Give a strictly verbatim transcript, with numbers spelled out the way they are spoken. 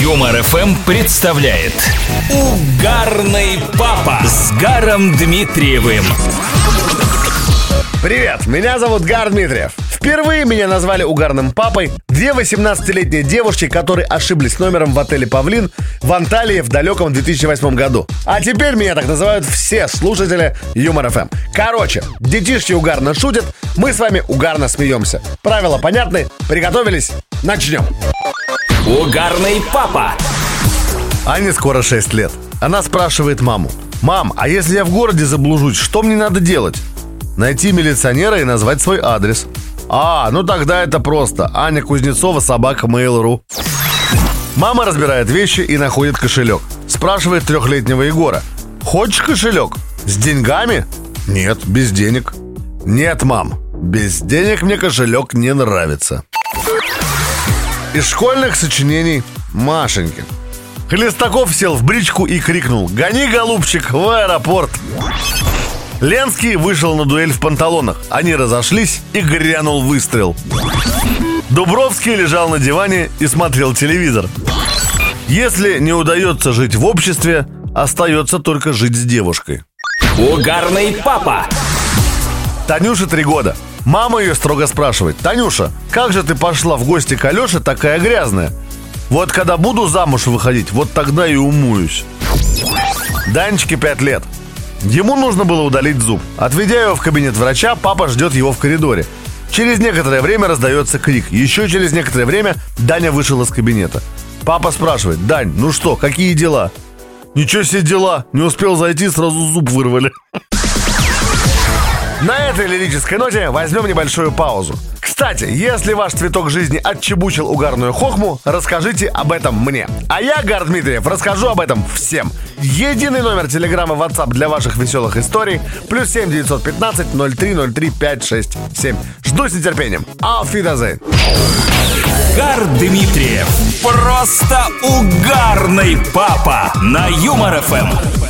Юмор эф эм представляет Угарный папа с Гаром Дмитриевым. Привет, меня зовут Гар Дмитриев. Впервые меня назвали угарным папой две восемнадцатилетние девушки, которые ошиблись номером в отеле «Павлин» в Анталии в далеком две тысячи восьмом году. А теперь меня так называют все слушатели Юмор эф эм. Короче, детишки угарно шутят, мы с вами угарно смеемся. Правила понятны? Приготовились? Начнем. Угарный папа. Ане скоро шесть лет. Она спрашивает маму: «Мам, а если я в городе заблужусь, что мне надо делать?» Найти милиционера и назвать свой адрес. А, ну тогда это просто. Аня Кузнецова, собака мейл точка ру. Мама разбирает вещи и находит кошелек. Спрашивает трехлетнего Егора: «Хочешь кошелек? С деньгами?» «Нет, без денег». «Нет, мам, без денег мне кошелек не нравится». Из школьных сочинений Машеньки. Хлестаков сел в бричку и крикнул: «Гони, голубчик, в аэропорт!» Ленский вышел на дуэль в панталонах. Они разошлись, и грянул выстрел. Дубровский лежал на диване и смотрел телевизор. Если не удается жить в обществе, остается только жить с девушкой. Угарный папа. Танюше три года. Мама ее строго спрашивает: «Танюша, как же ты пошла в гости к Алёше такая грязная?» «Вот когда буду замуж выходить, вот тогда и умоюсь». Данечке пять лет. Ему нужно было удалить зуб. Отведя его в кабинет врача, папа ждет его в коридоре. Через некоторое время раздается крик. Еще через некоторое время Даня вышел из кабинета. Папа спрашивает: «Дань, ну что, какие дела?» «Ничего себе дела, не успел зайти, сразу зуб вырвали». На этой лирической ноте возьмем небольшую паузу. Кстати, если ваш цветок жизни отчебучил угарную хохму, расскажите об этом мне. А я, Гар Дмитриев, расскажу об этом всем. Единый номер телеграмма WhatsApp для ваших веселых историй. Плюс семь девятьсот пятнадцать ноль три ноль три пять шесть семь. Жду с нетерпением. Auf Wiedersehen. Гар Дмитриев. Просто угарный папа на Юмор эф эм.